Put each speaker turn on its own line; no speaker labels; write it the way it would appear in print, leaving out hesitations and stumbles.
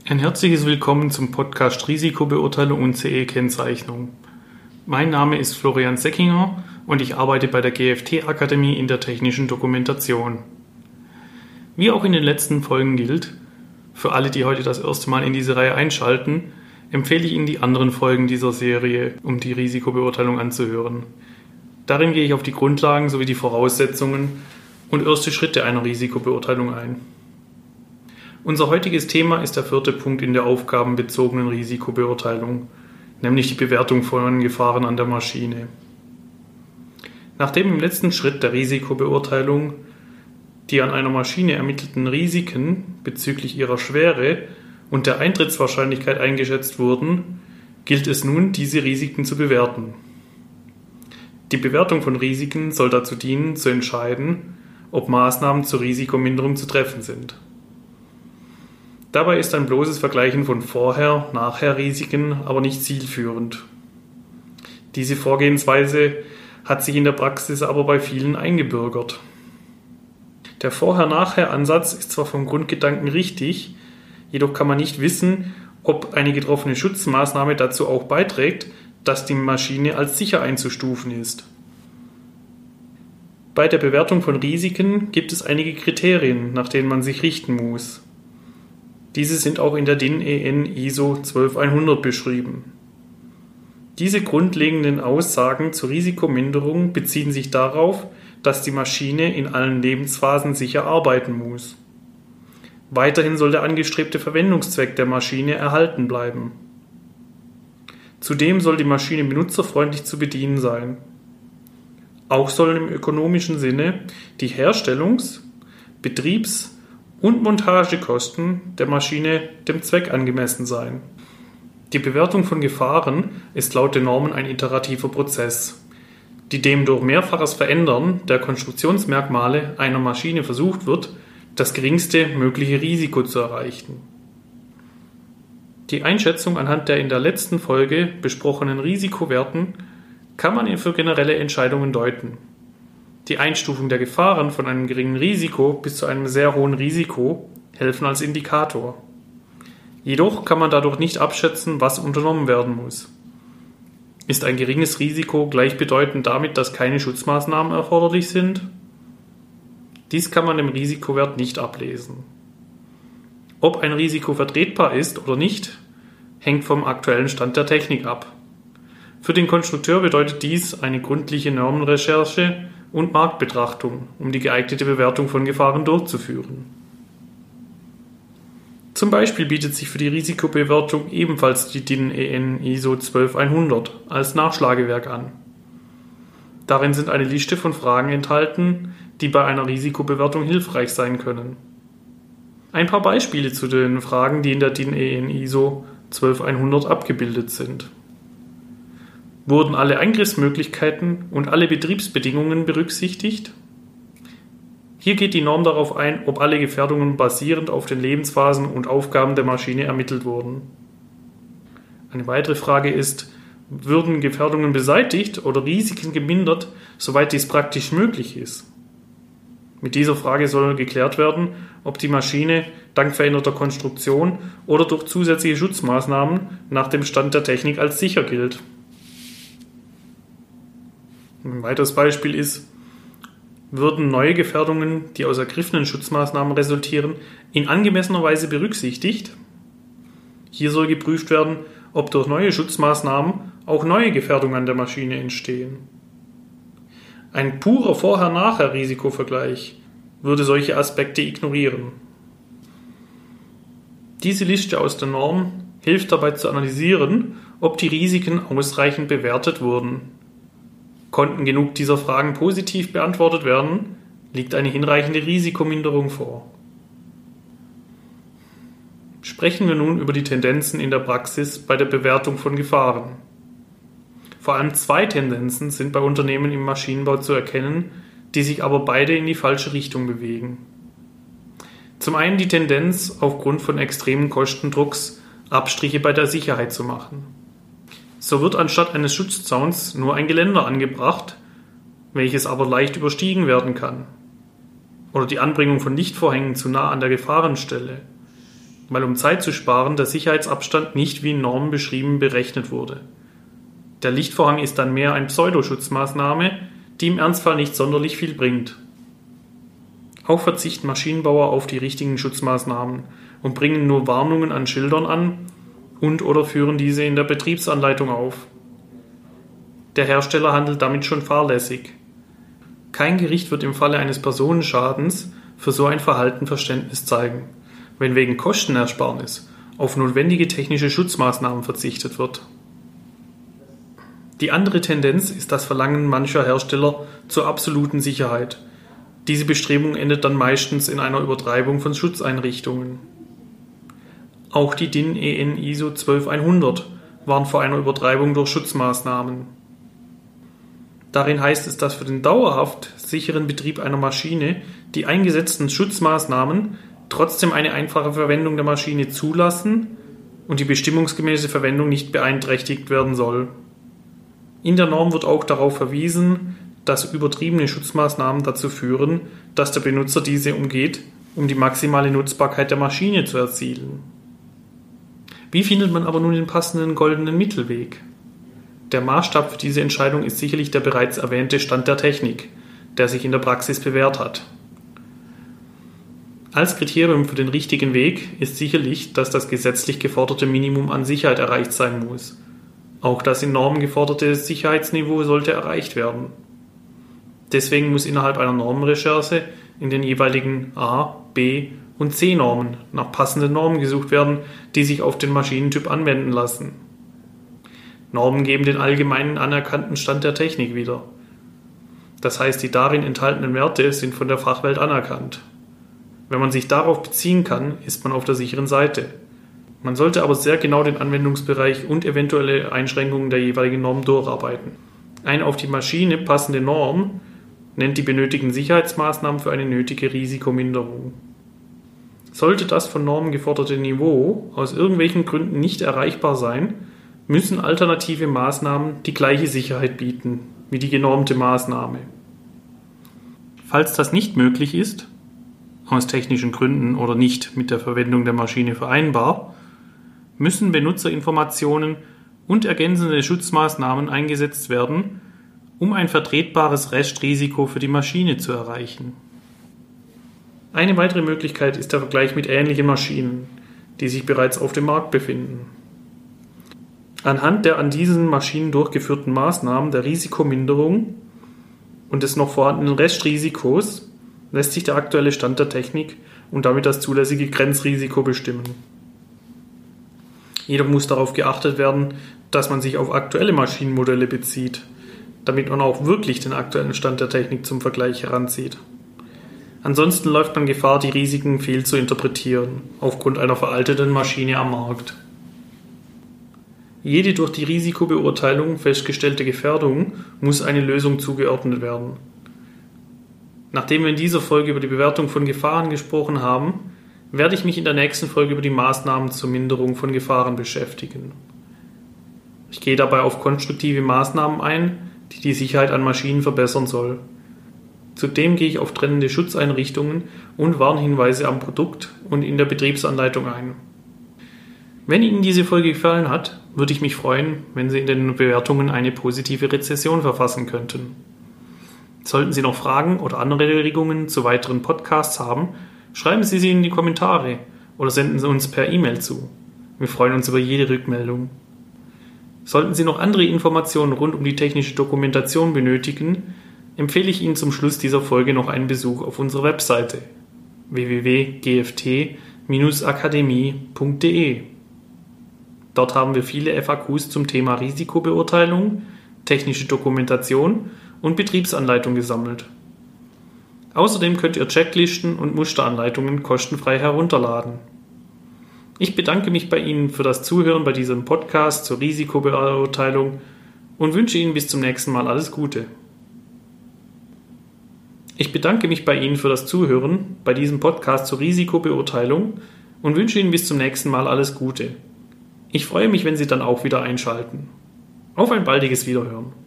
Ein herzliches Willkommen zum Podcast Risikobeurteilung und CE-Kennzeichnung. Mein Name ist Florian Seckinger und ich arbeite bei der GFT-Akademie in der technischen Dokumentation. Wie auch in den letzten Folgen gilt, für alle, die heute das erste Mal in diese Reihe einschalten, empfehle ich Ihnen die anderen Folgen dieser Serie, um die Risikobeurteilung anzuhören. Darin gehe ich auf die Grundlagen sowie die Voraussetzungen und erste Schritte einer Risikobeurteilung ein. Unser heutiges Thema ist der vierte Punkt in der aufgabenbezogenen Risikobeurteilung, nämlich die Bewertung von Gefahren an der Maschine. Nachdem im letzten Schritt der Risikobeurteilung die an einer Maschine ermittelten Risiken bezüglich ihrer Schwere und der Eintrittswahrscheinlichkeit eingeschätzt wurden, gilt es nun, diese Risiken zu bewerten. Die Bewertung von Risiken soll dazu dienen, zu entscheiden, ob Maßnahmen zur Risikominderung zu treffen sind. Dabei ist ein bloßes Vergleichen von Vorher-Nachher-Risiken aber nicht zielführend. Diese Vorgehensweise hat sich in der Praxis aber bei vielen eingebürgert. Der Vorher-Nachher-Ansatz ist zwar vom Grundgedanken richtig, jedoch kann man nicht wissen, ob eine getroffene Schutzmaßnahme dazu auch beiträgt, dass die Maschine als sicher einzustufen ist. Bei der Bewertung von Risiken gibt es einige Kriterien, nach denen man sich richten muss. Diese sind auch in der DIN EN ISO 12100 beschrieben. Diese grundlegenden Aussagen zur Risikominderung beziehen sich darauf, dass die Maschine in allen Lebensphasen sicher arbeiten muss. Weiterhin soll der angestrebte Verwendungszweck der Maschine erhalten bleiben. Zudem soll die Maschine benutzerfreundlich zu bedienen sein. Auch sollen im ökonomischen Sinne die Herstellungs-, Betriebs- und Montagekosten der Maschine dem Zweck angemessen sein. Die Bewertung von Gefahren ist laut den Normen ein iterativer Prozess, die dem durch mehrfaches Verändern der Konstruktionsmerkmale einer Maschine versucht wird, das geringste mögliche Risiko zu erreichen. Die Einschätzung anhand der in der letzten Folge besprochenen Risikowerten kann man für generelle Entscheidungen deuten. Die Einstufung der Gefahren von einem geringen Risiko bis zu einem sehr hohen Risiko helfen als Indikator. Jedoch kann man dadurch nicht abschätzen, was unternommen werden muss. Ist ein geringes Risiko gleichbedeutend damit, dass keine Schutzmaßnahmen erforderlich sind? Dies kann man im Risikowert nicht ablesen. Ob ein Risiko vertretbar ist oder nicht, hängt vom aktuellen Stand der Technik ab. Für den Konstrukteur bedeutet dies eine gründliche Normenrecherche und Marktbetrachtung, um die geeignete Bewertung von Gefahren durchzuführen. Zum Beispiel bietet sich für die Risikobewertung ebenfalls die DIN EN ISO 12100 als Nachschlagewerk an. Darin sind eine Liste von Fragen enthalten, die bei einer Risikobewertung hilfreich sein können. Ein paar Beispiele zu den Fragen, die in der DIN EN ISO 12100 abgebildet sind. Wurden alle Eingriffsmöglichkeiten und alle Betriebsbedingungen berücksichtigt? Hier geht die Norm darauf ein, ob alle Gefährdungen basierend auf den Lebensphasen und Aufgaben der Maschine ermittelt wurden. Eine weitere Frage ist, würden Gefährdungen beseitigt oder Risiken gemindert, soweit dies praktisch möglich ist? Mit dieser Frage soll geklärt werden, ob die Maschine dank veränderter Konstruktion oder durch zusätzliche Schutzmaßnahmen nach dem Stand der Technik als sicher gilt. Ein weiteres Beispiel ist, würden neue Gefährdungen, die aus ergriffenen Schutzmaßnahmen resultieren, in angemessener Weise berücksichtigt? Hier soll geprüft werden, ob durch neue Schutzmaßnahmen auch neue Gefährdungen an der Maschine entstehen. Ein purer Vorher-Nachher-Risikovergleich würde solche Aspekte ignorieren. Diese Liste aus der Norm hilft dabei zu analysieren, ob die Risiken ausreichend bewertet wurden. Konnten genug dieser Fragen positiv beantwortet werden, liegt eine hinreichende Risikominderung vor. Sprechen wir nun über die Tendenzen in der Praxis bei der Bewertung von Gefahren. Vor allem zwei Tendenzen sind bei Unternehmen im Maschinenbau zu erkennen, die sich aber beide in die falsche Richtung bewegen. Zum einen die Tendenz, aufgrund von extremen Kostendrucks Abstriche bei der Sicherheit zu machen. So wird anstatt eines Schutzzauns nur ein Geländer angebracht, welches aber leicht überstiegen werden kann. Oder die Anbringung von Lichtvorhängen zu nah an der Gefahrenstelle. weil um Zeit zu sparen der Sicherheitsabstand nicht wie in Normen beschrieben berechnet wurde. Der Lichtvorhang ist dann mehr eine Pseudoschutzmaßnahme, die im Ernstfall nicht sonderlich viel bringt. Auch verzichten Maschinenbauer auf die richtigen Schutzmaßnahmen und bringen nur Warnungen an Schildern an und/oder führen diese in der Betriebsanleitung auf. Der Hersteller handelt damit schon fahrlässig. Kein Gericht wird im Falle eines Personenschadens für so ein Verhalten Verständnis zeigen, wenn wegen Kostenersparnis auf notwendige technische Schutzmaßnahmen verzichtet wird. Die andere Tendenz ist das Verlangen mancher Hersteller zur absoluten Sicherheit. Diese Bestrebung endet dann meistens in einer Übertreibung von Schutzeinrichtungen. Auch die DIN EN ISO 12100 warnt vor einer Übertreibung durch Schutzmaßnahmen. Darin heißt es, dass für den dauerhaft sicheren Betrieb einer Maschine die eingesetzten Schutzmaßnahmen trotzdem eine einfache Verwendung der Maschine zulassen und die bestimmungsgemäße Verwendung nicht beeinträchtigt werden soll. In der Norm wird auch darauf verwiesen, dass übertriebene Schutzmaßnahmen dazu führen, dass der Benutzer diese umgeht, um die maximale Nutzbarkeit der Maschine zu erzielen. Wie findet man aber nun den passenden goldenen Mittelweg? Der Maßstab für diese Entscheidung ist sicherlich der bereits erwähnte Stand der Technik, der sich in der Praxis bewährt hat. Als Kriterium für den richtigen Weg ist sicherlich, dass das gesetzlich geforderte Minimum an Sicherheit erreicht sein muss. Auch das in Normen geforderte Sicherheitsniveau sollte erreicht werden. Deswegen muss innerhalb einer Normenrecherche in den jeweiligen A-, B- und C-Normen nach passenden Normen gesucht werden, die sich auf den Maschinentyp anwenden lassen. Normen geben den allgemeinen anerkannten Stand der Technik wieder. Das heißt, die darin enthaltenen Werte sind von der Fachwelt anerkannt. Wenn man sich darauf beziehen kann, ist man auf der sicheren Seite. Man sollte aber sehr genau den Anwendungsbereich und eventuelle Einschränkungen der jeweiligen Norm durcharbeiten. Eine auf die Maschine passende Norm nennt die benötigten Sicherheitsmaßnahmen für eine nötige Risikominderung. Sollte das von Normen geforderte Niveau aus irgendwelchen Gründen nicht erreichbar sein, müssen alternative Maßnahmen die gleiche Sicherheit bieten wie die genormte Maßnahme. Falls das nicht möglich ist, aus technischen Gründen oder nicht mit der Verwendung der Maschine vereinbar, müssen Benutzerinformationen und ergänzende Schutzmaßnahmen eingesetzt werden, um ein vertretbares Restrisiko für die Maschine zu erreichen. Eine weitere Möglichkeit ist der Vergleich mit ähnlichen Maschinen, die sich bereits auf dem Markt befinden. Anhand der an diesen Maschinen durchgeführten Maßnahmen der Risikominderung und des noch vorhandenen Restrisikos lässt sich der aktuelle Stand der Technik und damit das zulässige Grenzrisiko bestimmen. Jedoch muss darauf geachtet werden, dass man sich auf aktuelle Maschinenmodelle bezieht, damit man auch wirklich den aktuellen Stand der Technik zum Vergleich heranzieht. Ansonsten läuft man Gefahr, die Risiken fehl zu interpretieren, aufgrund einer veralteten Maschine am Markt. Jede durch die Risikobeurteilung festgestellte Gefährdung muss eine Lösung zugeordnet werden. Nachdem wir in dieser Folge über die Bewertung von Gefahren gesprochen haben, werde ich mich in der nächsten Folge über die Maßnahmen zur Minderung von Gefahren beschäftigen. Ich gehe dabei auf konstruktive Maßnahmen ein, die die Sicherheit an Maschinen verbessern soll. Zudem gehe ich auf trennende Schutzeinrichtungen und Warnhinweise am Produkt und in der Betriebsanleitung ein. Wenn Ihnen diese Folge gefallen hat, würde ich mich freuen, wenn Sie in den Bewertungen eine positive Rezension verfassen könnten. Sollten Sie noch Fragen oder andere Anregungen zu weiteren Podcasts haben, schreiben Sie sie in die Kommentare oder senden Sie uns per E-Mail zu. Wir freuen uns über jede Rückmeldung. Sollten Sie noch andere Informationen rund um die technische Dokumentation benötigen, empfehle ich Ihnen zum Schluss dieser Folge noch einen Besuch auf unserer Webseite www.gft-akademie.de. Dort haben wir viele FAQs zum Thema Risikobeurteilung, technische Dokumentation und Betriebsanleitung gesammelt. Außerdem könnt ihr Checklisten und Musteranleitungen kostenfrei herunterladen. Ich bedanke mich bei Ihnen für das Zuhören bei diesem Podcast zur Risikobeurteilung und wünsche Ihnen bis zum nächsten Mal alles Gute. Ich bedanke mich bei Ihnen für das Zuhören bei diesem Podcast zur Risikobeurteilung und wünsche Ihnen bis zum nächsten Mal alles Gute. Ich freue mich, wenn Sie dann auch wieder einschalten. Auf ein baldiges Wiederhören.